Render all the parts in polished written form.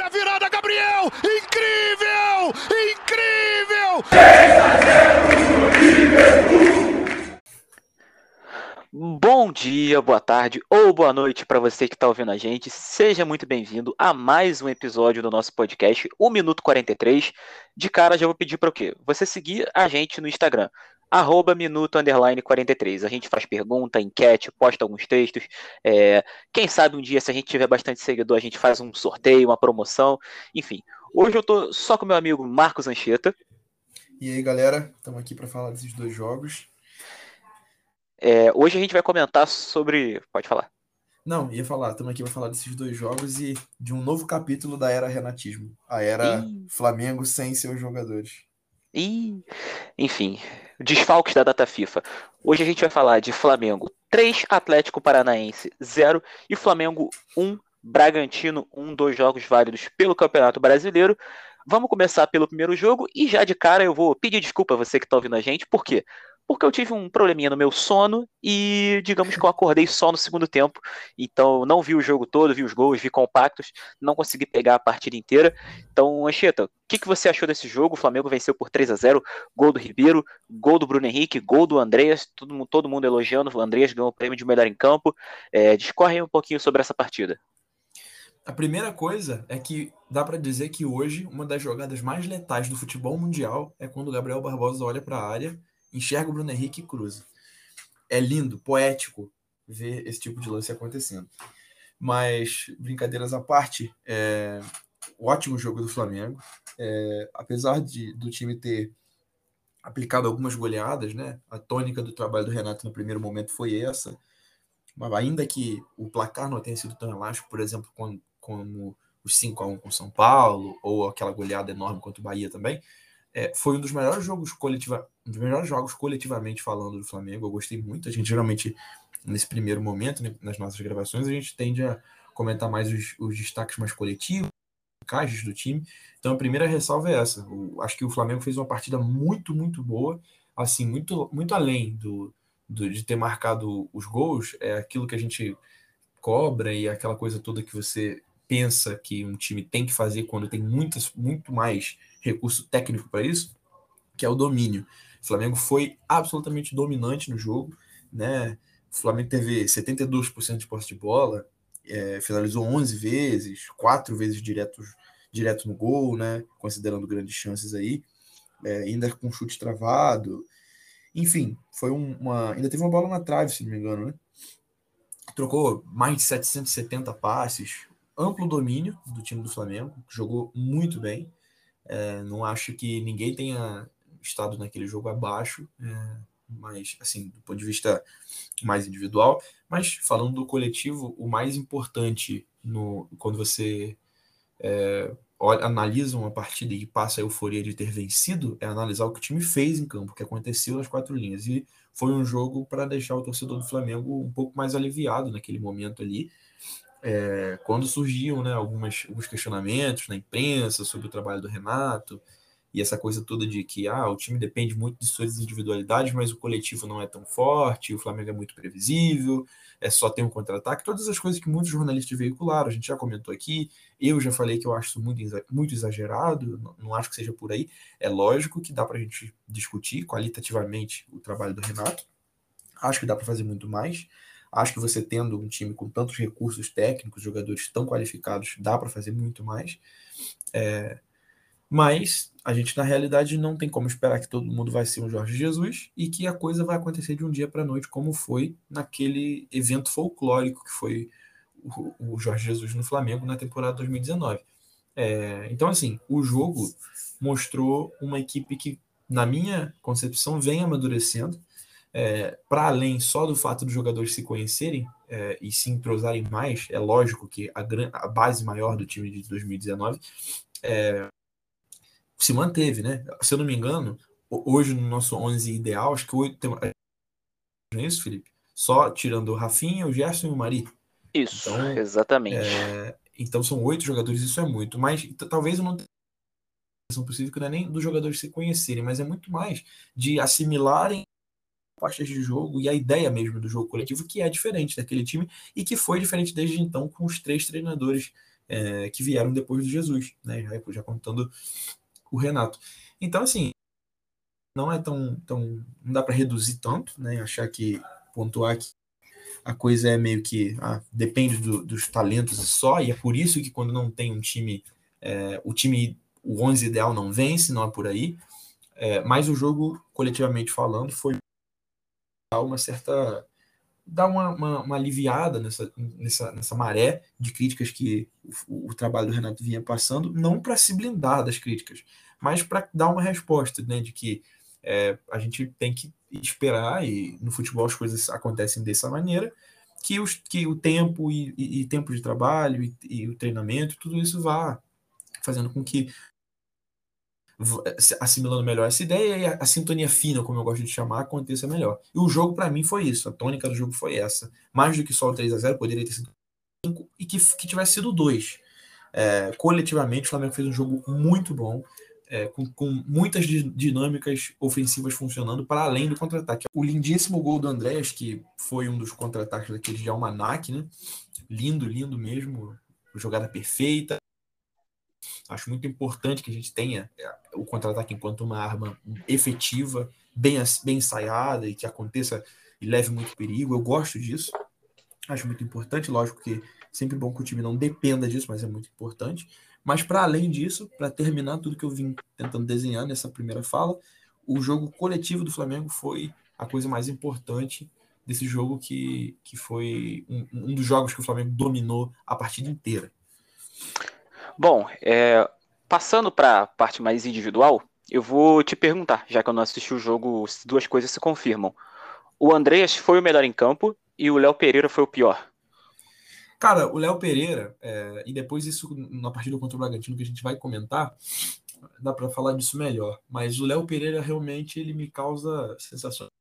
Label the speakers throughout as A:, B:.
A: a virada, Gabriel! Incrível! Incrível!
B: Bom dia, boa tarde ou boa noite para você que está ouvindo a gente. Seja muito bem-vindo a mais um episódio do nosso podcast, 1 minuto 43. De cara, já vou pedir para o quê? Você seguir a gente no Instagram, @minuto_43. A gente faz pergunta, enquete, posta alguns textos. Quem sabe um dia, se a gente tiver bastante seguidor, a gente faz um sorteio, uma promoção. Enfim, hoje eu tô só com meu amigo Marcos Anchieta.
C: E aí, galera, estamos aqui para falar desses dois jogos.
B: Hoje a gente vai comentar sobre... Pode falar.
C: Não, ia falar, estamos aqui para falar desses dois jogos e de um novo capítulo da era Renatismo. A era Flamengo sem seus jogadores.
B: Enfim, desfalques da data FIFA. Hoje a gente vai falar de Flamengo 3, Atlético Paranaense 0 e Flamengo 1, Bragantino 1, 2 jogos válidos pelo Campeonato Brasileiro. Vamos começar pelo primeiro jogo e já de cara eu vou pedir desculpa a você que está ouvindo a gente. Por quê? Porque eu tive um probleminha no meu sono e digamos que eu acordei só no segundo tempo. Então não vi o jogo todo, vi os gols, vi compactos, não consegui pegar a partida inteira. Então, Anchieta, o que você achou desse jogo? O Flamengo venceu por 3-0, gol do Ribeiro, gol do Bruno Henrique, gol do Andreas, todo mundo elogiando. O Andreas ganhou o prêmio de melhor em campo. Discorre aí um pouquinho sobre essa partida.
C: A primeira coisa é que dá para dizer que hoje uma das jogadas mais letais do futebol mundial é quando o Gabriel Barbosa olha para a área, enxerga o Bruno Henrique e cruza. É lindo, poético ver esse tipo de lance acontecendo. Mas, brincadeiras à parte, ótimo jogo do Flamengo. Apesar do time ter aplicado algumas goleadas, né? A tônica do trabalho do Renato no primeiro momento foi essa. Mas ainda que o placar não tenha sido tão elástico, por exemplo, como os 5-1 com São Paulo, ou aquela goleada enorme contra o Bahia também, foi um dos melhores jogos coletivamente falando do Flamengo. Eu gostei muito. A gente geralmente, nesse primeiro momento, né, nas nossas gravações, a gente tende a comentar mais os destaques mais coletivos, caixas do time. Então a primeira ressalva é essa. Acho que o Flamengo fez uma partida muito, muito boa, assim, muito, muito além de ter marcado os gols, é aquilo que a gente cobra e aquela coisa toda que você pensa que um time tem que fazer quando tem muito mais recurso técnico para isso, que é o domínio. O Flamengo foi absolutamente dominante no jogo, né? O Flamengo teve 72% de posse de bola, finalizou 11 vezes, 4 vezes direto no gol, né? Considerando grandes chances aí, ainda com chute travado. Enfim, foi ainda teve uma bola na trave, se não me engano, né? Trocou mais de 770 passes, amplo domínio do time do Flamengo, jogou muito bem. Não acho que ninguém tenha estado naquele jogo abaixo, mas assim, do ponto de vista mais individual. Mas falando do coletivo, o mais importante quando você analisa uma partida e passa a euforia de ter vencido é analisar o que o time fez em campo, o que aconteceu nas 4 linhas. E foi um jogo para deixar o torcedor do Flamengo um pouco mais aliviado naquele momento ali, quando surgiam, né, alguns questionamentos na imprensa sobre o trabalho do Renato e essa coisa toda de que o time depende muito de suas individualidades, mas o coletivo não é tão forte, o Flamengo é muito previsível, só tem um contra-ataque, todas as coisas que muitos jornalistas veicularam, a gente já comentou aqui, eu já falei que eu acho isso muito exagerado, não acho que seja por aí. É lógico que dá para a gente discutir qualitativamente o trabalho do Renato, acho que dá para fazer muito mais. Acho que você tendo um time com tantos recursos técnicos, jogadores tão qualificados, dá para fazer muito mais. Mas a gente, na realidade, não tem como esperar que todo mundo vai ser um Jorge Jesus e que a coisa vai acontecer de um dia para a noite, como foi naquele evento folclórico que foi o Jorge Jesus no Flamengo na temporada 2019. Então, assim, o jogo mostrou uma equipe que, na minha concepção, vem amadurecendo. Para além só do fato dos jogadores se conhecerem e se entrosarem mais, é lógico que a base maior do time de 2019 se manteve, né? Se eu não me engano, hoje no nosso 11 ideal, acho que 8 não é isso, Felipe? Só tirando o Rafinha, o Gerson e o Mari.
B: Isso,
C: Então,
B: exatamente.
C: Então são 8 jogadores, isso é muito. Mas talvez eu não tenha a possível que não é nem dos jogadores se conhecerem, mas é muito mais de assimilarem pastas de jogo e a ideia mesmo do jogo coletivo, que é diferente daquele time e que foi diferente desde então com os 3 treinadores que vieram depois do Jesus, né? Já contando o Renato. Então, assim, não é não dá para reduzir tanto, né? Achar que pontuar que a coisa é meio que depende dos talentos só, e é por isso que quando não tem um time, o 11 ideal não vence, não é por aí. Mas o jogo, coletivamente falando, foi uma certa dar uma aliviada nessa maré de críticas que o trabalho do Renato vinha passando, não para se blindar das críticas, mas para dar uma resposta, né, de que a gente tem que esperar, e no futebol as coisas acontecem dessa maneira, que o tempo e tempo de trabalho e o treinamento, tudo isso vá fazendo com que assimilando melhor essa ideia e a sintonia fina, como eu gosto de chamar, aconteça melhor. E o jogo, para mim, foi isso. A tônica do jogo foi essa. Mais do que só o 3-0, poderia ter sido 5 e que tivesse sido 2. Coletivamente, o Flamengo fez um jogo muito bom, com muitas dinâmicas ofensivas funcionando para além do contra-ataque. O lindíssimo gol do Andréas, que foi um dos contra-ataques daqueles de almanac, né? Lindo, lindo mesmo. Jogada perfeita. Acho muito importante que a gente tenha o contra-ataque enquanto uma arma efetiva, bem ensaiada e que aconteça e leve muito perigo. Eu gosto disso. Acho muito importante. Lógico que sempre bom que o time não dependa disso, mas é muito importante. Mas para além disso, para terminar tudo que eu vim tentando desenhar nessa primeira fala, o jogo coletivo do Flamengo foi a coisa mais importante desse jogo que foi um dos jogos que o Flamengo dominou a partida inteira.
B: Bom, passando para a parte mais individual, eu vou te perguntar, já que eu não assisti o jogo, se duas coisas se confirmam. O Andreas foi o melhor em campo e o Léo Pereira foi o pior.
C: Cara, o Léo Pereira, e depois isso na partida contra o Bragantino que a gente vai comentar, dá para falar disso melhor. Mas o Léo Pereira realmente ele me causa sensações.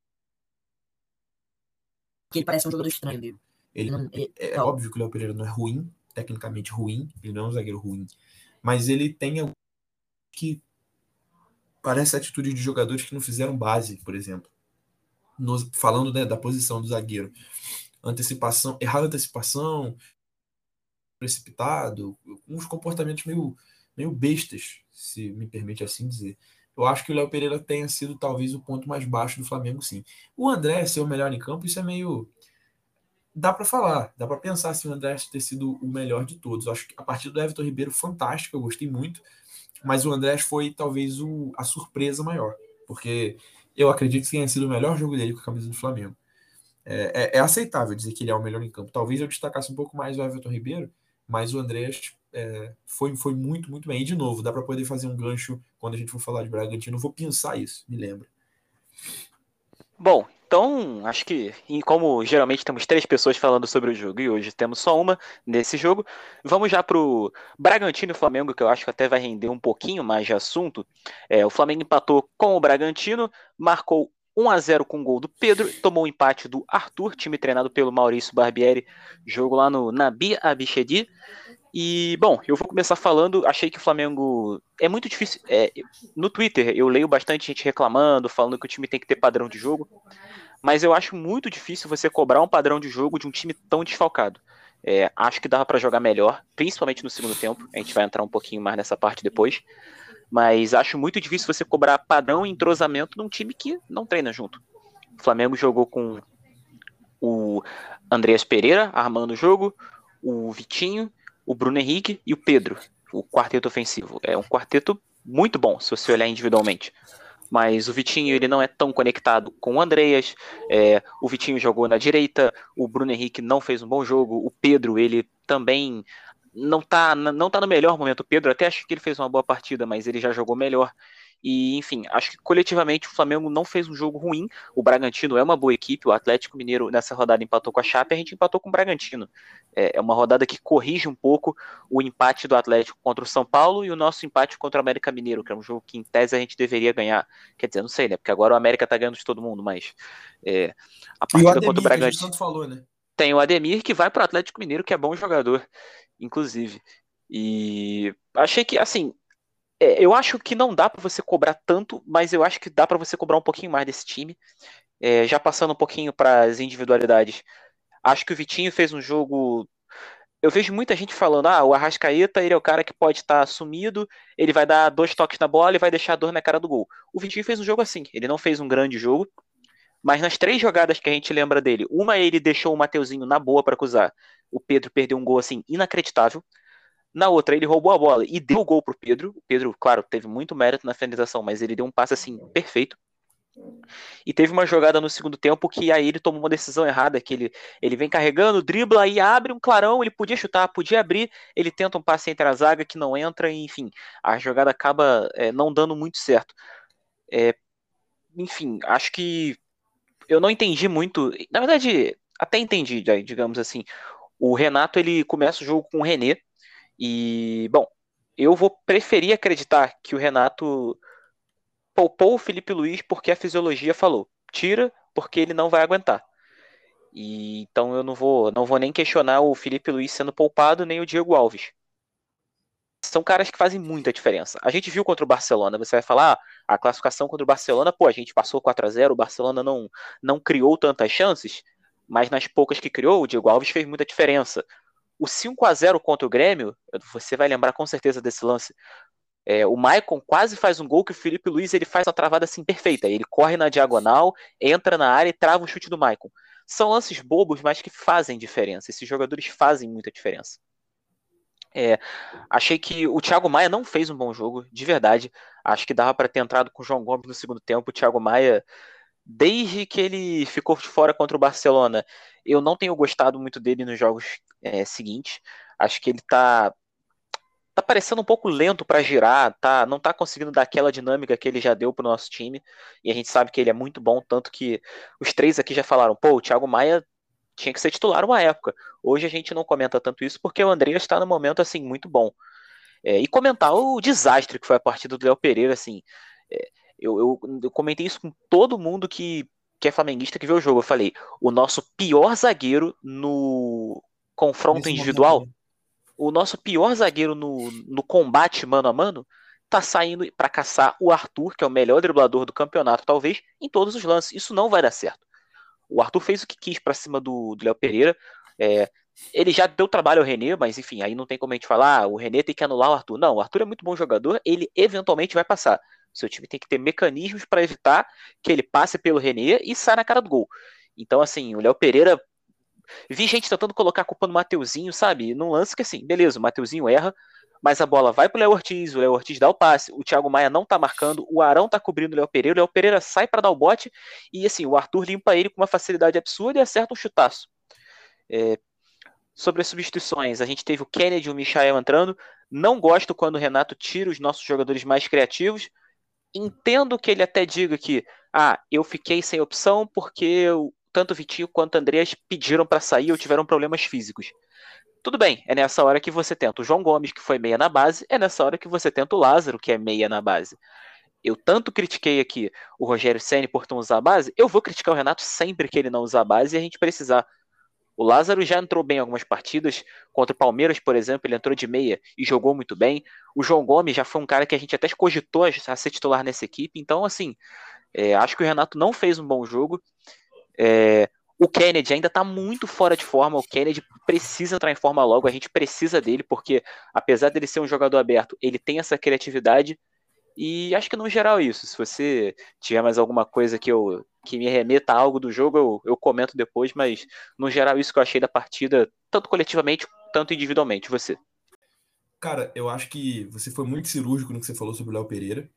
D: Que ele parece um jogador estranho, amigo.
C: É óbvio que o Léo Pereira não é ruim, tecnicamente ruim, ele não é um zagueiro ruim, mas ele tem algo que parece a atitude de jogadores que não fizeram base, por exemplo. Falando, né, da posição do zagueiro. Errar antecipação, precipitado, uns comportamentos meio bestas, se me permite assim dizer. Eu acho que o Léo Pereira tenha sido talvez o ponto mais baixo do Flamengo, sim. O André ser o melhor em campo, isso é meio. Dá para falar, dá para pensar se o André ter sido o melhor de todos. Eu acho que a partida do Everton Ribeiro, fantástica, eu gostei muito, mas o André foi talvez a surpresa maior, porque eu acredito que tenha sido o melhor jogo dele com a camisa do Flamengo. É aceitável dizer que ele é o melhor em campo. Talvez eu destacasse um pouco mais o Everton Ribeiro, mas o Andreas foi muito, muito bem. E de novo, dá para poder fazer um gancho quando a gente for falar de Bragantino. Eu vou pensar isso, me lembra.
B: Bom, então acho que, como geralmente temos 3 pessoas falando sobre o jogo e hoje temos só uma nesse jogo, vamos já pro Bragantino e Flamengo, que eu acho que até vai render um pouquinho mais de assunto. O Flamengo empatou com o Bragantino, marcou 1-0 com o gol do Pedro, tomou o empate do Arthur, time treinado pelo Maurício Barbieri, jogo lá no Nabi Abichedi. E, bom, eu vou começar falando, achei que o Flamengo é muito difícil, no Twitter eu leio bastante gente reclamando, falando que o time tem que ter padrão de jogo, mas eu acho muito difícil você cobrar um padrão de jogo de um time tão desfalcado. Acho que dava para jogar melhor, principalmente no segundo tempo, a gente vai entrar um pouquinho mais nessa parte depois, mas acho muito difícil você cobrar padrão e entrosamento num time que não treina junto. O Flamengo jogou com o Andreas Pereira armando o jogo, o Vitinho, o Bruno Henrique e o Pedro, o quarteto ofensivo. É um quarteto muito bom, se você olhar individualmente. Mas o Vitinho ele não é tão conectado com o Andreas, o Vitinho jogou na direita, o Bruno Henrique não fez um bom jogo, o Pedro ele também não tá no melhor momento. O Pedro até acho que ele fez uma boa partida, mas ele já jogou melhor. E, enfim, acho que coletivamente o Flamengo não fez um jogo ruim. O Bragantino é uma boa equipe. O Atlético Mineiro nessa rodada empatou com a Chape, a gente empatou com o Bragantino. É uma rodada que corrige um pouco o empate do Atlético contra o São Paulo e o nosso empate contra o América Mineiro, que é um jogo que em tese a gente deveria ganhar. Quer dizer, não sei, né? Porque agora o América tá ganhando de todo mundo, mas a partida contra o Bragantino
C: falou, né?
B: Tem o Ademir que vai para o Atlético Mineiro, que é bom jogador, inclusive. E achei que, assim, eu acho que não dá para você cobrar tanto, mas eu acho que dá para você cobrar um pouquinho mais desse time. Já passando um pouquinho para as individualidades, acho que o Vitinho fez um jogo eu vejo muita gente falando, o Arrascaeta, ele é o cara que pode estar sumido, ele vai dar 2 toques na bola e vai deixar a dor na cara do gol. O Vitinho fez um jogo assim, ele não fez um grande jogo, mas nas 3 jogadas que a gente lembra dele, uma ele deixou o Mateuzinho na boa para cruzar, o Pedro perdeu um gol assim inacreditável. Na outra, ele roubou a bola e deu o gol pro Pedro. O Pedro, claro, teve muito mérito na finalização, mas ele deu um passe assim perfeito. E teve uma jogada no segundo tempo que aí ele tomou uma decisão errada, que ele vem carregando, dribla e abre um clarão, ele podia chutar, podia abrir, ele tenta um passe entre a zaga que não entra, e, enfim, a jogada acaba não dando muito certo. Enfim, acho que eu não entendi muito, na verdade, até entendi, digamos assim. O Renato, ele começa o jogo com o René, e, bom, eu vou preferir acreditar que o Renato poupou o Felipe Luiz porque a fisiologia falou. Tira porque ele não vai aguentar. E então eu não vou nem questionar o Felipe Luiz sendo poupado, nem o Diego Alves. São caras que fazem muita diferença. A gente viu contra o Barcelona, você vai falar, a classificação contra o Barcelona, pô, a gente passou 4-0, o Barcelona não criou tantas chances, mas nas poucas que criou, o Diego Alves fez muita diferença. O 5-0 contra o Grêmio, você vai lembrar com certeza desse lance. O Maicon quase faz um gol que o Felipe Luiz ele faz uma travada assim perfeita. Ele corre na diagonal, entra na área e trava o chute do Maicon. São lances bobos, mas que fazem diferença. Esses jogadores fazem muita diferença. Achei que o Thiago Maia não fez um bom jogo, de verdade. Acho que dava para ter entrado com o João Gomes no segundo tempo. O Thiago Maia, desde que ele ficou de fora contra o Barcelona, eu não tenho gostado muito dele nos jogos seguintes. Acho que ele tá parecendo um pouco lento para girar, não tá conseguindo dar aquela dinâmica que ele já deu pro nosso time, e a gente sabe que ele é muito bom, tanto que os três aqui já falaram, pô, o Thiago Maia tinha que ser titular uma época. Hoje a gente não comenta tanto isso porque o André está no momento assim muito bom. E comentar o desastre que foi a partida do Léo Pereira, assim, é, eu comentei isso com todo mundo que é flamenguista que vê o jogo. Eu falei, o nosso pior zagueiro no confronto
C: Nesse momento,
B: individual,
C: né?
B: o nosso pior zagueiro no combate mano a mano tá saindo para caçar o Arthur, que é o melhor driblador do campeonato, talvez, em todos os lances. Isso não vai dar certo. O Arthur fez o que quis para cima do Léo Pereira. É, ele já deu trabalho ao René, mas enfim, aí não tem como a gente falar, o René tem que anular o Arthur. Não, o Arthur é muito bom jogador, ele eventualmente vai passar. Seu time tem que ter mecanismos para evitar que ele passe pelo René e saia na cara do gol. Então, assim, o Léo Pereira, vi gente tentando colocar a culpa no Mateuzinho, sabe? Num lance que assim, beleza, o Mateuzinho erra, mas a bola vai pro Léo Ortiz, o Léo Ortiz dá o passe, o Thiago Maia não tá marcando, o Arão tá cobrindo o Léo Pereira sai para dar o bote, e assim, o Arthur limpa ele com uma facilidade absurda e acerta um chutaço. Sobre as substituições, a gente teve o Kennedy e o Michael entrando, não gosto quando o Renato tira os nossos jogadores mais criativos, entendo que ele até diga que eu fiquei sem opção porque tanto o Vitinho quanto o Andreas pediram para sair ou tiveram problemas físicos. Tudo bem, é nessa hora que você tenta o João Gomes, que foi meia na base, é nessa hora que você tenta o Lázaro, que é meia na base. Eu tanto critiquei aqui o Rogério Ceni por não usar a base, eu vou criticar o Renato sempre que ele não usar a base e a gente precisar. O Lázaro já entrou bem em algumas partidas, contra o Palmeiras, por exemplo, ele entrou de meia e jogou muito bem. O João Gomes já foi um cara que a gente até cogitou a ser titular nessa equipe, então assim, acho que o Renato não fez um bom jogo. O Kennedy ainda está muito fora de forma. O Kennedy precisa entrar em forma logo. A gente precisa dele, porque apesar dele ser um jogador aberto, ele tem essa criatividade. E acho que no geral é isso. Se você tiver mais alguma coisa que me remeta a algo do jogo, eu comento depois. Mas no geral, isso que eu achei da partida, tanto coletivamente, tanto individualmente. Você.
C: Cara, eu acho que você foi muito cirúrgico no que você falou sobre o Léo Pereira.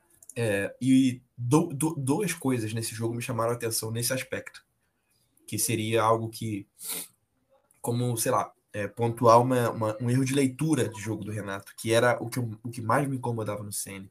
C: E duas coisas nesse jogo me chamaram a atenção nesse aspecto. Que seria algo que, como, sei lá, pontuar um erro de leitura de jogo do Renato, que era o que mais me incomodava no Ceni.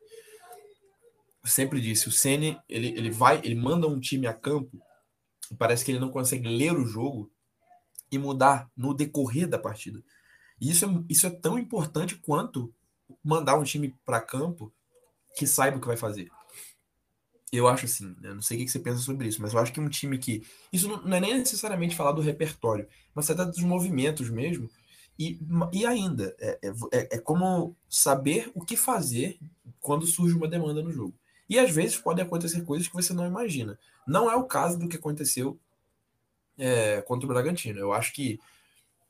C: Eu sempre disse, o Ceni, ele manda um time a campo e parece que ele não consegue ler o jogo e mudar no decorrer da partida. E isso é tão importante quanto mandar um time para campo que saiba o que vai fazer. Eu acho assim, eu não sei o que você pensa sobre isso, mas eu acho que um time que. Isso não é nem necessariamente falar do repertório, mas até dos movimentos mesmo. E ainda, é como saber o que fazer quando surge uma demanda no jogo. E às vezes podem acontecer coisas que você não imagina. Não é o caso do que aconteceu contra o Bragantino. Eu acho que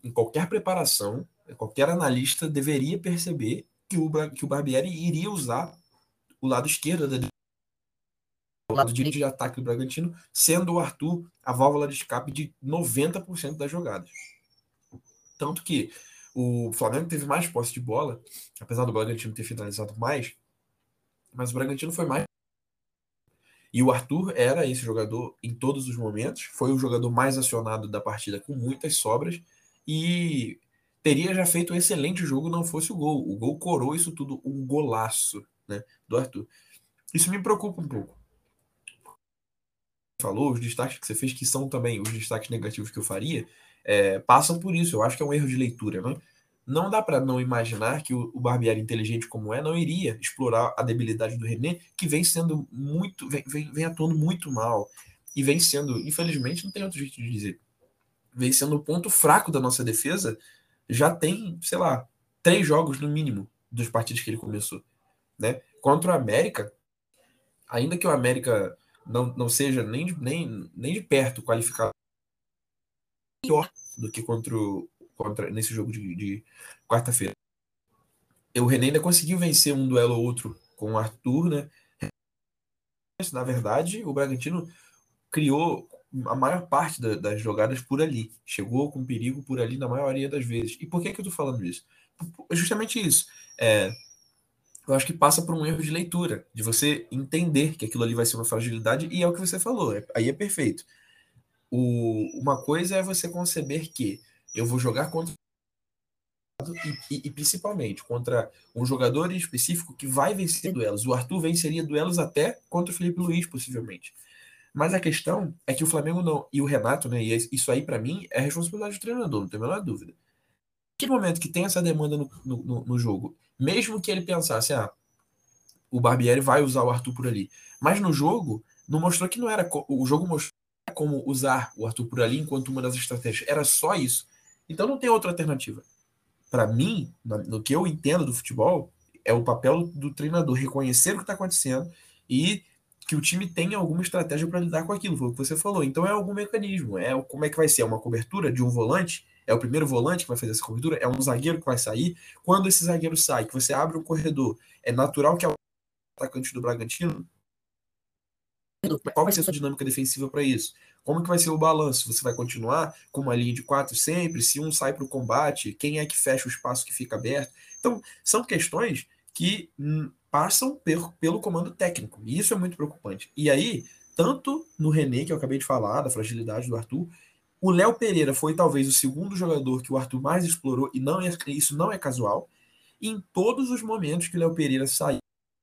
C: em qualquer preparação, qualquer analista deveria perceber que o Barbieri iria usar o lado esquerdo o lado direito de ataque do Bragantino, sendo o Arthur a válvula de escape de 90% das jogadas. Tanto que o Flamengo teve mais posse de bola, apesar do Bragantino ter finalizado mais, mas o Bragantino foi mais. E o Arthur era esse jogador em todos os momentos, foi o jogador mais acionado da partida com muitas sobras e teria já feito um excelente jogo não fosse o gol. O gol coroou isso tudo, um golaço, né, do Arthur. Isso me preocupa um pouco. Falou, os destaques que você fez, que são também os destaques negativos que eu faria, passam por isso. Eu acho que é um erro de leitura, né? Não dá para não imaginar que o Barbieri, inteligente como não iria explorar a debilidade do René, que vem sendo muito, vem atuando muito mal e vem sendo, infelizmente, não tem outro jeito de dizer, vem sendo o ponto fraco da nossa defesa. Já tem, sei lá, 3 jogos no mínimo dos partidos que ele começou, né? Contra o América, ainda que o América não seja nem de perto qualificado pior do que contra nesse jogo de quarta-feira. O René ainda conseguiu vencer um duelo ou outro com o Arthur, né? Na verdade, o Bragantino criou a maior parte das jogadas por ali. Chegou com perigo por ali na maioria das vezes. E por que eu tô falando isso? Justamente isso. Eu acho que passa por um erro de leitura, de você entender que aquilo ali vai ser uma fragilidade, e é o que você falou, aí é perfeito. Uma coisa é você conceber que eu vou jogar contra e principalmente contra um jogador específico que vai vencer duelos. O Arthur venceria duelos até contra o Felipe Luiz, possivelmente. Mas a questão é que o Flamengo não, e o Renato, né? E isso aí, para mim, é responsabilidade do treinador, não tem a menor dúvida. No momento que tem essa demanda no jogo, mesmo que ele pensasse, o Barbieri vai usar o Arthur por ali, mas no jogo, não mostrou que não era. O jogo mostrou como usar o Arthur por ali enquanto uma das estratégias. Era só isso. Então não tem outra alternativa. Para mim, no que eu entendo do futebol, é o papel do treinador reconhecer o que está acontecendo e que o time tenha alguma estratégia para lidar com aquilo, foi o que você falou. Então é algum mecanismo, como é que vai ser? Uma cobertura de um volante? É o primeiro volante que vai fazer essa cobertura? É um zagueiro que vai sair? Quando esse zagueiro sai, que você abre um corredor, é natural que o atacante do Bragantino, qual vai ser a sua dinâmica defensiva para isso? Como que vai ser o balanço? Você vai continuar com uma linha de 4 sempre? Se um sai para o combate, quem é que fecha o espaço que fica aberto? Então, são questões que passam pelo comando técnico. E isso é muito preocupante. E aí, tanto no René, que eu acabei de falar, da fragilidade do Arthur, o Léo Pereira foi talvez o segundo jogador que o Arthur mais explorou, e isso não é casual. E em todos os momentos que o Léo Pereira saiu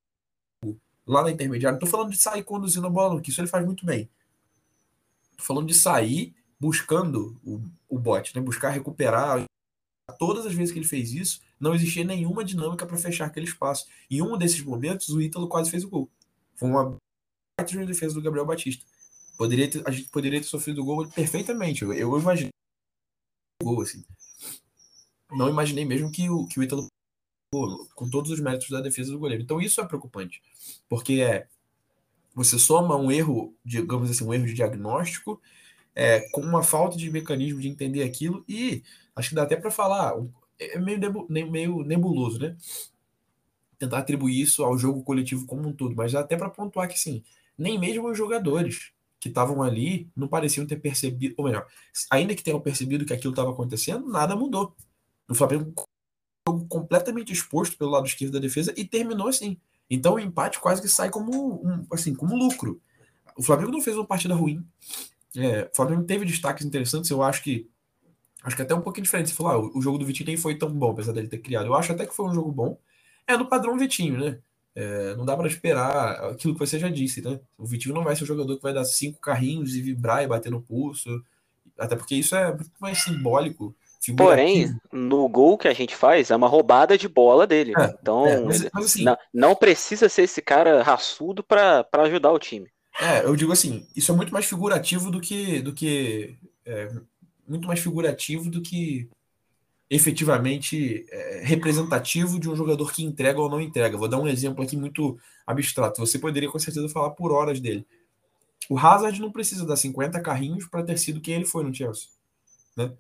C: lá na intermediária, não tô falando de sair conduzindo a bola, que isso ele faz muito bem. Tô falando de sair buscando o bote, né? Buscar recuperar. Todas as vezes que ele fez isso, não existia nenhuma dinâmica para fechar aquele espaço. Em um desses momentos, o Ítalo quase fez o gol. Foi uma baita de defesa do Gabriel Batista. A gente poderia ter sofrido o gol perfeitamente. Eu imaginei o gol, assim. Não imaginei mesmo que o Ítalo com todos os méritos da defesa do goleiro. Então isso é preocupante, porque você soma um erro, digamos assim, um erro de diagnóstico, com uma falta de mecanismo de entender aquilo, e acho que dá até para falar, é meio nebuloso, né? Tentar atribuir isso ao jogo coletivo como um todo, mas dá até para pontuar que, sim, nem mesmo os jogadores que estavam ali não pareciam ter percebido, ou melhor, ainda que tenham percebido que aquilo estava acontecendo, nada mudou. O Flamengo completamente exposto pelo lado esquerdo da defesa e terminou assim. Então o empate quase que sai como como lucro. O Flamengo não fez uma partida ruim. O Flamengo teve destaques interessantes. Eu acho que até um pouquinho diferente. Você falou, o jogo do Vitinho nem foi tão bom, apesar dele ter criado. Eu acho até que foi um jogo bom. É no padrão Vitinho, né? Não dá para esperar aquilo que você já disse, né? O Vitinho não vai ser um jogador que vai dar 5 carrinhos e vibrar e bater no pulso. Até porque isso é muito mais simbólico.
B: Porém, no gol que a gente faz, é uma roubada de bola dele. Então,
C: mas assim,
B: não precisa ser esse cara raçudo para ajudar o time.
C: Eu digo assim, isso é muito mais figurativo do que muito mais figurativo do que efetivamente representativo de um jogador que entrega ou não entrega. Vou dar um exemplo aqui muito abstrato. Você poderia com certeza falar por horas dele. O Hazard não precisa dar 50 carrinhos para ter sido quem ele foi no Chelsea, né?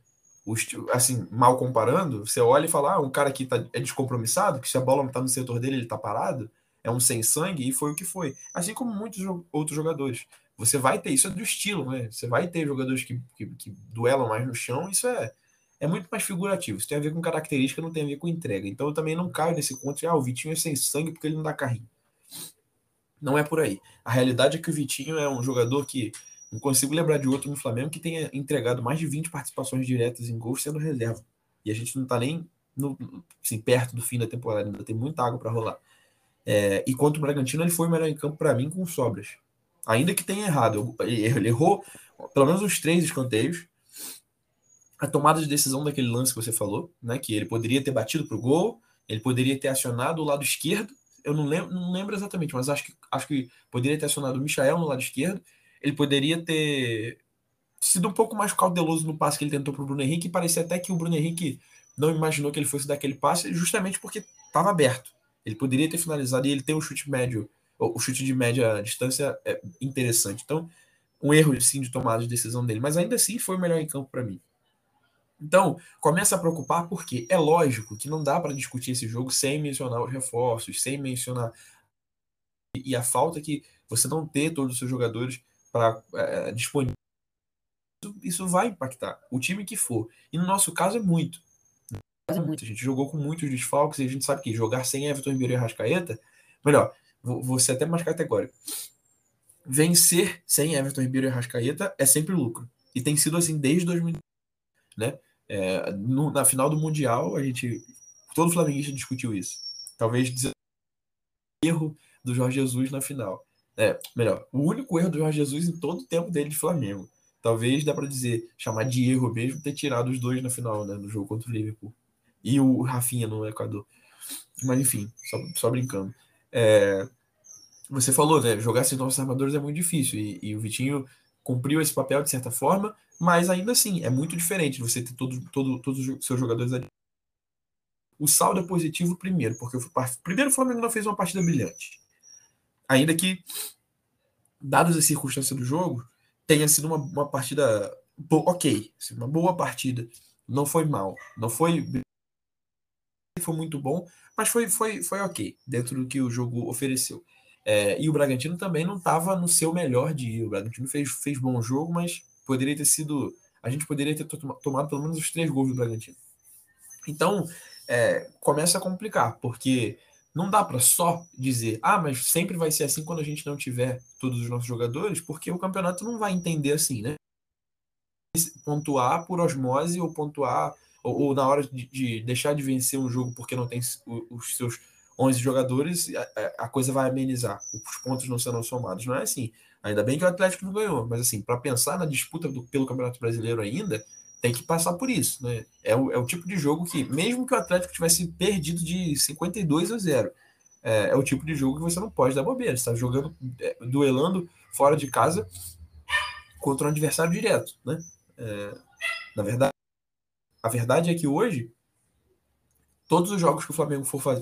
C: assim, mal comparando, você olha e fala, um cara que é descompromissado, que se a bola não tá no setor dele, ele tá parado, é um sem sangue, e foi o que foi. Assim como muitos outros jogadores. Você vai ter, isso é do estilo, né? Você vai ter jogadores que duelam mais no chão, isso é muito mais figurativo. Isso tem a ver com característica, não tem a ver com entrega. Então eu também não caio nesse conto de, o Vitinho é sem sangue porque ele não dá carrinho. Não é por aí. A realidade é que o Vitinho é um jogador que não consigo lembrar de outro no Flamengo que tenha entregado mais de 20 participações diretas em gols sendo reserva. E a gente não está nem assim, perto do fim da temporada, ainda tem muita água para rolar. E contra o Bragantino, ele foi o melhor em campo para mim com sobras. Ainda que tenha errado. Ele errou pelo menos uns 3 escanteios. A tomada de decisão daquele lance que você falou, né, que ele poderia ter batido para o gol, ele poderia ter acionado o lado esquerdo. Eu não lembro exatamente, mas acho que poderia ter acionado o Michael no lado esquerdo. Ele poderia ter sido um pouco mais cauteloso no passe que ele tentou para o Bruno Henrique, e parecia até que o Bruno Henrique não imaginou que ele fosse dar aquele passe, justamente porque estava aberto. Ele poderia ter finalizado e ele tem um chute médio, o chute de média distância é interessante. Então, um erro sim de tomada de decisão dele, mas ainda assim foi o melhor em campo para mim. Então, começa a preocupar porque é lógico que não dá para discutir esse jogo sem mencionar os reforços, sem mencionar e a falta que você não ter todos os seus jogadores para disponíveis. Isso vai impactar o time que for. E no nosso caso é muito. A gente jogou com muitos desfalques e a gente sabe que jogar sem Everton Ribeiro e Arrascaeta, melhor, vou ser até mais categórico. Vencer sem Everton Ribeiro e Arrascaeta é sempre lucro. E tem sido assim desde 2000, né? Na final do Mundial, todo flamenguista discutiu isso. Talvez dizer erro do Jorge Jesus na final. Melhor, o único erro do Jorge Jesus em todo o tempo dele de Flamengo. Talvez dá para dizer, chamar de erro mesmo, ter tirado os dois na final, né, no jogo contra o Liverpool. E o Rafinha no Equador. Mas enfim, só brincando. Você falou, né, jogar sem nossos armadores é muito difícil. E o Vitinho cumpriu esse papel de certa forma, mas ainda assim, é muito diferente você ter todos os seus jogadores ali. O saldo é positivo primeiro, porque primeiro o Flamengo não fez uma partida brilhante. Ainda que, dadas as circunstâncias do jogo, tenha sido uma partida ok, assim, uma boa partida. Não foi mal, não foi muito bom, mas foi ok, dentro do que o jogo ofereceu. E o Bragantino também não estava no seu melhor dia. O Bragantino fez bom jogo, mas poderia ter sido. A gente poderia ter tomado pelo menos os 3 gols do Bragantino. Então, começa a complicar, porque não dá para só dizer, mas sempre vai ser assim quando a gente não tiver todos os nossos jogadores, porque o campeonato não vai entender assim, né? Pontuar por osmose ou pontuar ou na hora de deixar de vencer um jogo porque não tem os seus 11 jogadores, a coisa vai amenizar, os pontos não serão somados. Não é assim. Ainda bem que o Atlético não ganhou, mas assim, para pensar na disputa pelo Campeonato Brasileiro ainda, tem que passar por isso, né? É o tipo de jogo que, mesmo que o Atlético tivesse perdido de 52-0, é o tipo de jogo que você não pode dar bobeira. Você está jogando, duelando fora de casa contra um adversário direto, né? Na verdade, a verdade é que hoje, todos os jogos que o Flamengo for fazer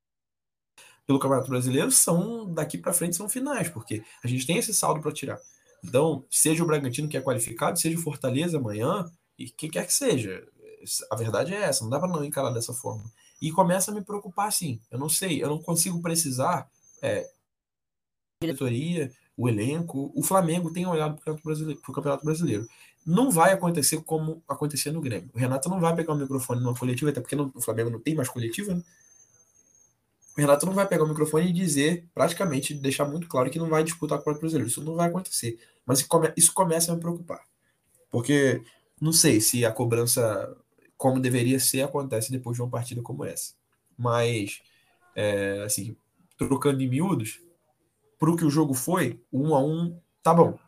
C: pelo Campeonato Brasileiro daqui para frente são finais, porque a gente tem esse saldo para tirar. Então, seja o Bragantino que é qualificado, seja o Fortaleza amanhã, e quem quer que seja. A verdade é essa, não dá para não encarar dessa forma. E começa a me preocupar assim. Eu não sei, eu não consigo precisar. A diretoria, o elenco, o Flamengo tem olhado para o Campeonato Brasileiro. Não vai acontecer como acontecia no Grêmio. O Renato não vai pegar o microfone numa coletiva, até porque o Flamengo não tem mais coletiva, né? O Renato não vai pegar o microfone e dizer, praticamente, deixar muito claro que não vai disputar com o Campeonato Brasileiro. Isso não vai acontecer. Mas isso começa a me preocupar. Porque não sei se a cobrança, como deveria ser, acontece depois de uma partida como essa. Mas, assim, trocando em miúdos, pro que o jogo foi, 1-1, tá bom.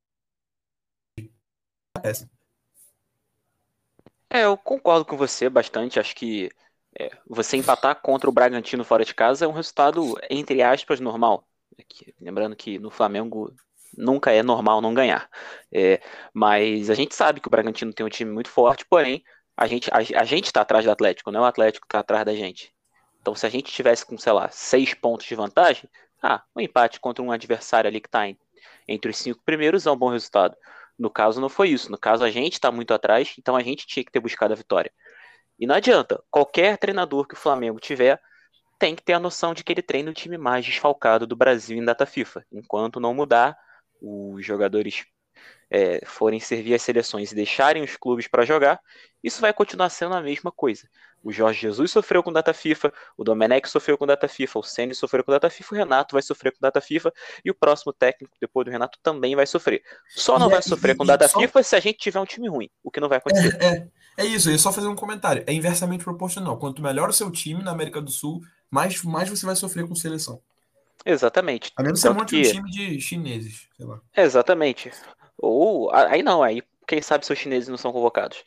B: Eu concordo com você bastante. Acho que você empatar contra o Bragantino fora de casa é um resultado, entre aspas, normal. Lembrando que no Flamengo nunca é normal não ganhar. Mas a gente sabe que o Bragantino tem um time muito forte, porém, a gente está atrás do Atlético, não é o Atlético que está atrás da gente. Então, se a gente tivesse com, sei lá, 6 pontos de vantagem, um empate contra um adversário ali que está entre os 5 primeiros é um bom resultado. No caso, não foi isso. No caso, a gente está muito atrás, então a gente tinha que ter buscado a vitória. E não adianta, qualquer treinador que o Flamengo tiver tem que ter a noção de que ele treina o time mais desfalcado do Brasil em data FIFA. Enquanto não mudar, os jogadores forem servir as seleções e deixarem os clubes para jogar, isso vai continuar sendo a mesma coisa. O Jorge Jesus sofreu com data FIFA, o Domenech sofreu com data FIFA, o Ceni sofreu com data FIFA, o Renato vai sofrer com data FIFA e o próximo técnico depois do Renato também vai sofrer. Só não
C: E,
B: vai
C: é,
B: sofrer com
C: e
B: data
C: só
B: FIFA se a gente tiver um time ruim, o que não vai acontecer.
C: é isso, eu ia só fazer um comentário. É inversamente proporcional. Quanto melhor o seu time na América do Sul, mais você vai sofrer com seleção.
B: Exatamente.
C: A menos que você
B: Tanto
C: monte um
B: que,
C: time de chineses, sei lá.
B: exatamente. Ou, aí não, aí quem sabe seus chineses não são convocados.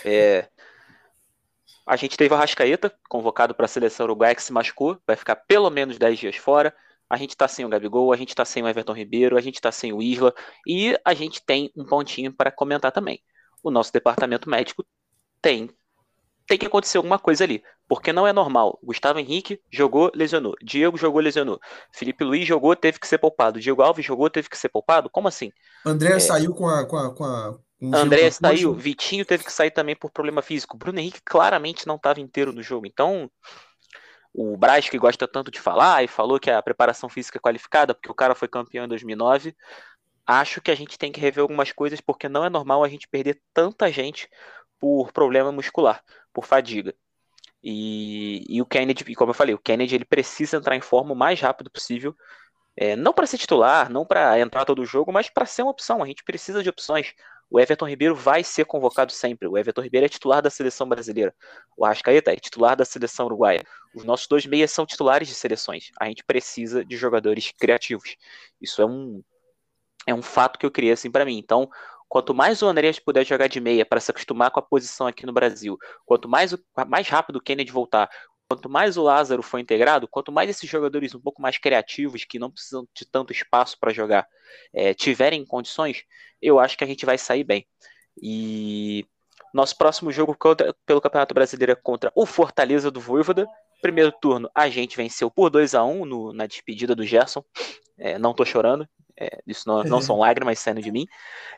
B: A gente teve o Arrascaeta, convocado para a seleção uruguaia, que se machucou, vai ficar pelo menos 10 dias fora. A gente está sem o Gabigol, a gente está sem o Everton Ribeiro, a gente está sem o Isla, e a gente tem um pontinho para comentar também. O nosso departamento médico tem, tem que acontecer alguma coisa ali, porque não é normal. Gustavo Henrique jogou, lesionou. Diego jogou, lesionou. Felipe Luiz jogou, teve que ser poupado. Diego Alves jogou, teve que ser poupado? Como assim?
C: André
B: É,
C: saiu com o gelo
B: André
C: na coxa.
B: saiu, Vitinho teve que sair também por problema físico. Bruno Henrique claramente não estava inteiro no jogo. Então, o Braz, que gosta tanto de falar e falou que a preparação física é qualificada, porque o cara foi campeão em 2009, acho que a gente tem que rever algumas coisas, porque não é normal a gente perder tanta gente por problema muscular, por fadiga. E o Kennedy, como eu falei, o Kennedy ele precisa entrar em forma o mais rápido possível, não para ser titular, não para entrar todo o jogo, mas para ser uma opção. A gente precisa de opções. O Everton Ribeiro vai ser convocado sempre. O Everton Ribeiro é titular da seleção brasileira. O Arrascaeta é titular da seleção uruguaia. Os nossos dois meias são titulares de seleções. A gente precisa de jogadores criativos. Isso é um fato que eu criei assim para mim. Então, quanto mais o Andreas puder jogar de meia para se acostumar com a posição aqui no Brasil, quanto mais rápido o Kennedy voltar, quanto mais o Lázaro for integrado, quanto mais esses jogadores um pouco mais criativos, que não precisam de tanto espaço para jogar, tiverem condições, eu acho que a gente vai sair bem. E nosso próximo jogo pelo Campeonato Brasileiro é contra o Fortaleza do Vojvoda. Primeiro turno, a gente venceu por 2-1 na despedida do Gerson. Não tô chorando. Isso não são lágrimas saindo de mim.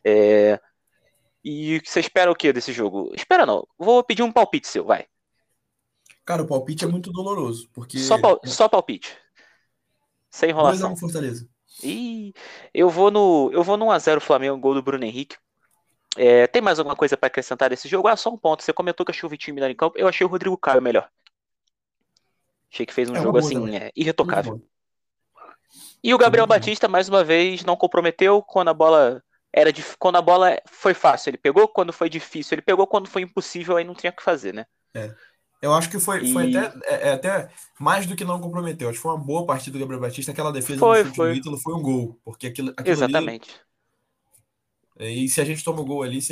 B: E você espera o que desse jogo? Espera não. Vou pedir um palpite seu, vai.
C: Cara, o palpite é muito doloroso, porque
B: Só palpite. Sem
C: 2-1
B: enrolação.
C: Fortaleza.
B: E eu vou no 1-0 Flamengo, gol do Bruno Henrique. Tem mais alguma coisa para acrescentar desse jogo? Só um ponto. Você comentou que achou o Vitinho melhor em campo. Eu achei o Rodrigo Caio melhor. Achei que fez um
C: É uma
B: jogo
C: boa
B: assim,
C: também. Muito
B: irretocável.
C: bom.
B: E o
C: Foi
B: Gabriel
C: muito bom.
B: Batista, mais uma vez, não comprometeu quando a bola quando a bola foi fácil, ele pegou, quando foi difícil, ele pegou, quando foi impossível, aí não tinha o que fazer, né?
C: Eu acho que foi
B: E
C: até mais do que não comprometeu. Acho que foi uma boa partida do Gabriel Batista. Aquela defesa no chute do
B: foi,
C: Ítalo foi um gol. Porque aquilo ali.
B: exatamente.
C: E se a gente toma o gol ali,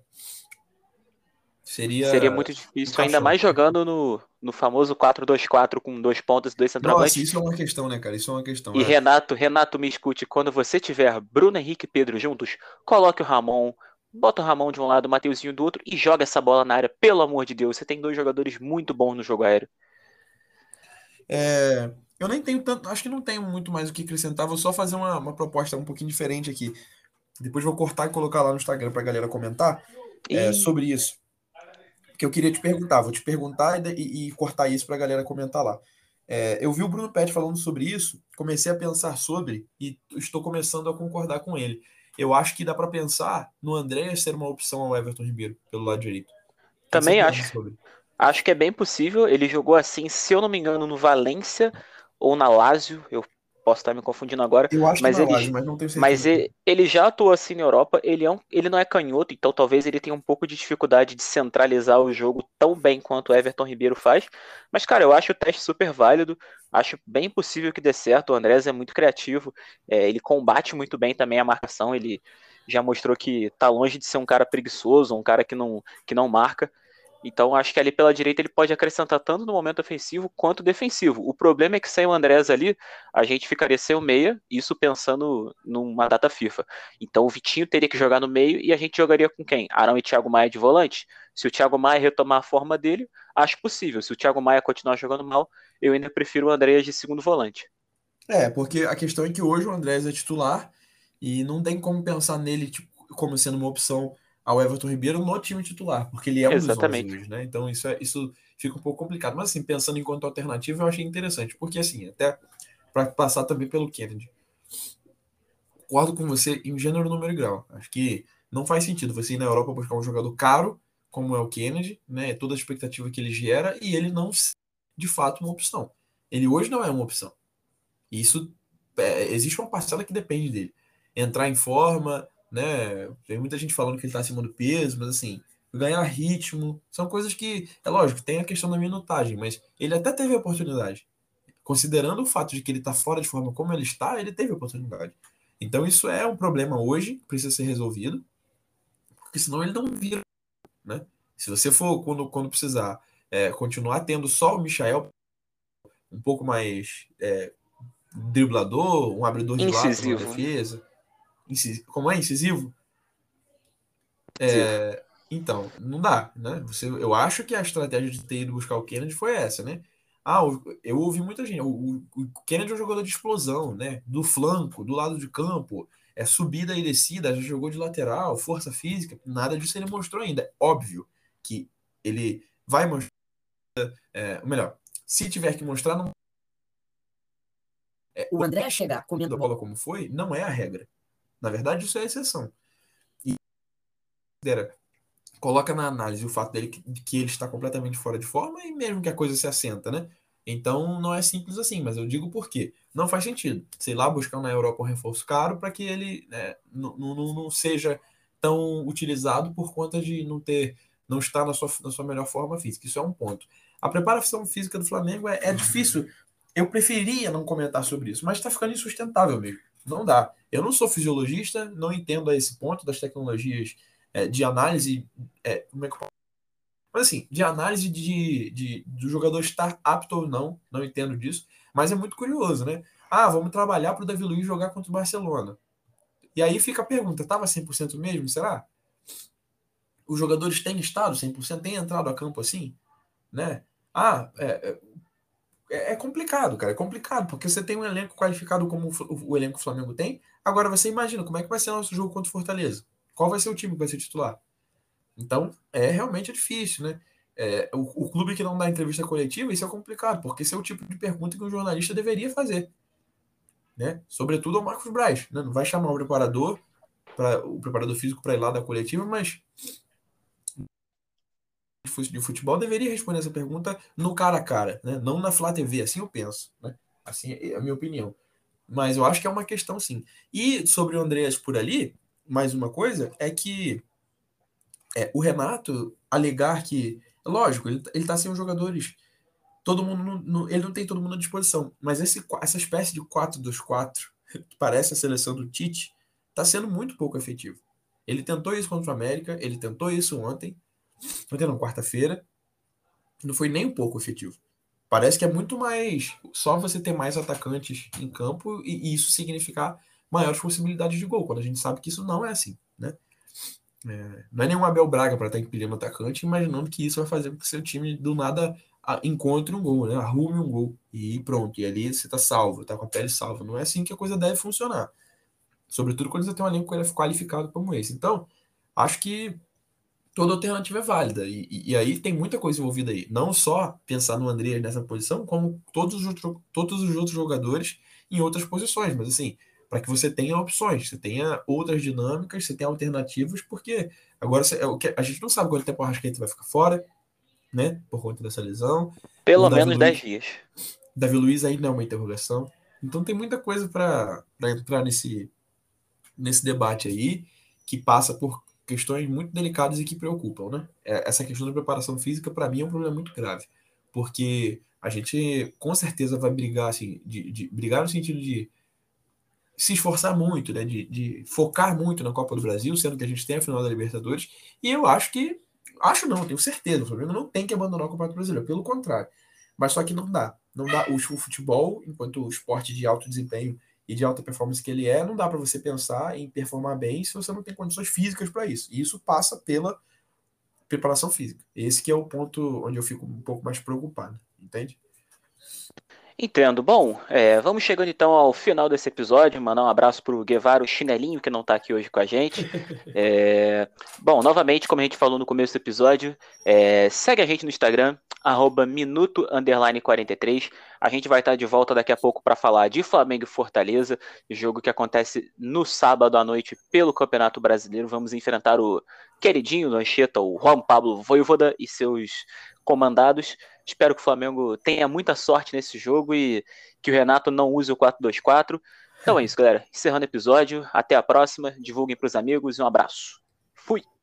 B: Seria
C: seria
B: muito
C: um
B: difícil, ainda
C: caixão.
B: mais jogando no famoso 4-2-4 com 2 pontas e 2
C: Nossa,
B: centroavantes.
C: isso é uma questão, né, cara? Isso é uma questão.
B: E Renato, me escute, quando você tiver Bruno Henrique e Pedro juntos, coloque o Ramon, bota o Ramon de um lado, o Mateuzinho do outro e joga essa bola na área, pelo amor de Deus. Você tem dois jogadores muito bons no jogo aéreo.
C: Eu nem tenho tanto. Acho que não tenho muito mais o que acrescentar. Vou só fazer uma proposta um pouquinho diferente aqui. Depois vou cortar e colocar lá no Instagram pra galera comentar
B: E
C: sobre isso. Que eu queria te perguntar. Vou te perguntar e cortar isso pra galera comentar lá. Eu vi o Bruno Pet falando sobre isso, comecei a pensar sobre e estou começando a concordar com ele. Eu acho que dá para pensar no André ser uma opção ao Everton Ribeiro pelo lado direito. O que você
B: também
C: pensa
B: acho.
C: sobre?
B: Acho que é bem possível. Ele jogou assim, se eu não me engano, no Valência ou na Lazio. Eu posso estar me confundindo agora,
C: Eu acho que
B: mas
C: na Lazio, mas não tenho
B: mas
C: certeza.
B: ele já atuou assim na Europa. Ele não é canhoto, então talvez ele tenha um pouco de dificuldade de centralizar o jogo tão bem quanto o Everton Ribeiro faz. Mas, cara, eu acho o teste super válido. Acho bem possível que dê certo. O Andrés é muito criativo. Ele combate muito bem também a marcação. Ele já mostrou que tá longe de ser um cara preguiçoso, um cara que não marca. Então acho que ali pela direita ele pode acrescentar tanto no momento ofensivo quanto defensivo. O problema é que sem o Andrés ali, a gente ficaria sem o meia, isso pensando numa data FIFA. Então o Vitinho teria que jogar no meio e a gente jogaria com quem? Arão e Thiago Maia de volante? Se o Thiago Maia retomar a forma dele, acho possível. Se o Thiago Maia continuar jogando mal, eu ainda prefiro o Andrés de segundo volante.
C: Porque a questão é que hoje o Andrés é titular e não tem como pensar nele tipo, como sendo uma opção ao Everton Ribeiro no time titular, porque ele é um dos 11
B: Exatamente.
C: hoje, né? Então isso fica um pouco complicado. Mas assim, pensando enquanto alternativa, eu achei interessante, porque assim, até para passar também pelo Kennedy. Concordo com você em gênero, número e grau. Acho que não faz sentido você ir na Europa buscar um jogador caro, como é o Kennedy, né? Toda a expectativa que ele gera, e ele não ser, de fato, uma opção. Ele hoje não é uma opção. E isso existe uma parcela que depende dele. Entrar em forma, né? Tem muita gente falando que ele está acima do peso, mas assim, ganhar ritmo, são coisas que, é lógico, tem a questão da minutagem, mas ele até teve a oportunidade. Considerando o fato de que ele está fora de forma como ele está, ele teve a oportunidade. Então isso é um problema hoje, que precisa ser resolvido, porque senão ele não vira, né? Se você for, quando precisar, continuar tendo só o Michael um pouco mais driblador, um abridor de lado na
B: Incisivo.
C: defesa, como é incisivo?
B: Incisivo.
C: Então, não dá, né? Eu acho que a estratégia de ter ido buscar o Kennedy foi essa, né? Eu ouvi muita gente. O Kennedy é um jogador de explosão, né? Do flanco, do lado de campo, subida e descida, já jogou de lateral, força física, nada disso ele mostrou ainda. É óbvio que ele vai mostrar, ou melhor, se tiver que mostrar, não,
D: O André chegar comendo
C: da
D: bola.
C: bola como foi, não é a regra. Na verdade, isso é a exceção. E considera coloca na análise o fato dele que ele está completamente fora de forma e mesmo que a coisa se assenta, né? Então não é simples assim, mas eu digo por quê. Não faz sentido. Sei lá, buscar na Europa um reforço caro para que ele não seja tão utilizado por conta de não estar na sua melhor forma física. Isso é um ponto. A preparação física do Flamengo é difícil. Eu preferia não comentar sobre isso, mas está ficando insustentável mesmo. Não dá. Eu não sou fisiologista, não entendo a esse ponto das tecnologias de análise como é que eu mas assim, de análise do jogador estar apto ou não, não entendo disso, mas é muito curioso, né? Vamos trabalhar para o Davi Luiz jogar contra o Barcelona. E aí fica a pergunta, estava 100% mesmo, será? Os jogadores têm estado 100%, têm entrado a campo assim, né? Ah, é complicado, cara, é complicado, porque você tem um elenco qualificado como o elenco que o Flamengo tem, agora você imagina como é que vai ser o nosso jogo contra o Fortaleza? Qual vai ser o time que vai ser titular? Então, realmente difícil, né? O clube que não dá entrevista coletiva, isso é complicado, porque esse é o tipo de pergunta que um jornalista deveria fazer, né? Sobretudo ao Marcos Braz, né? Não vai chamar o preparador físico para ir lá da coletiva, mas de futebol deveria responder essa pergunta no cara a cara, né? Não na Flá TV, assim eu penso, né? Assim é a minha opinião. Mas eu acho que é uma questão, sim. E sobre o Andreas por ali, mais uma coisa, é que o Renato alegar que, lógico, ele tá sem os jogadores, todo mundo, ele não tem todo mundo à disposição, mas essa espécie de 4-2-4 que parece a seleção do Tite, tá sendo muito pouco efetivo. Ele tentou isso contra o América, ele tentou isso ontem não, quarta-feira, não foi nem um pouco efetivo. Parece que é muito mais só você ter mais atacantes em campo e isso significar maiores possibilidades de gol, quando a gente sabe que isso não é assim, né? Não é nenhum Abel Braga para estar impedindo o atacante, imaginando que isso vai fazer com que seu time do nada encontre um gol, né? Arrume um gol e pronto. E ali você está salvo, está com a pele salva. Não é assim que a coisa deve funcionar. Sobretudo quando você tem um elenco qualificado como esse. Então, acho que toda alternativa é válida. E aí tem muita coisa envolvida aí. Não só pensar no Andreas nessa posição, como todos os outros jogadores em outras posições. Mas assim, para que você tenha opções, você tenha outras dinâmicas, você tenha alternativas, porque agora a gente não sabe quanto tempo o Arrascaeta vai ficar fora, né? Por conta dessa lesão. O
B: Pelo
C: Davi
B: menos 10
C: Luiz,
B: dias.
C: Davi Luiz ainda é uma interrogação. Então tem muita coisa para entrar nesse debate aí, que passa por questões muito delicadas e que preocupam, né? Essa questão da preparação física, para mim, é um problema muito grave, porque a gente com certeza vai brigar, assim, de brigar no sentido de se esforçar muito, né? De focar muito na Copa do Brasil, sendo que a gente tem a final da Libertadores, e eu acho não, tenho certeza, o Flamengo não tem que abandonar o Campeonato Brasileiro, pelo contrário. Mas só que não dá. Não dá. O futebol, enquanto o esporte de alto desempenho e de alta performance que ele não dá para você pensar em performar bem se você não tem condições físicas para isso. E isso passa pela preparação física. Esse que é o ponto onde eu fico um pouco mais preocupado, entende?
B: Entendo. Bom, vamos chegando então ao final desse episódio. Mandar um abraço pro Guevara, o chinelinho, que não tá aqui hoje com a gente. Bom, novamente, como a gente falou no começo do episódio, segue a gente no Instagram, @minuto_43. A gente vai estar de volta daqui a pouco para falar de Flamengo e Fortaleza, jogo que acontece no sábado à noite pelo Campeonato Brasileiro. Vamos enfrentar o queridinho do Anchieta, o Juan Pablo Vojvoda e seus comandados. Espero que o Flamengo tenha muita sorte nesse jogo e que o Renato não use o 4-2-4. Então é isso, galera. Encerrando o episódio. Até a próxima. Divulguem para os amigos e um abraço. Fui!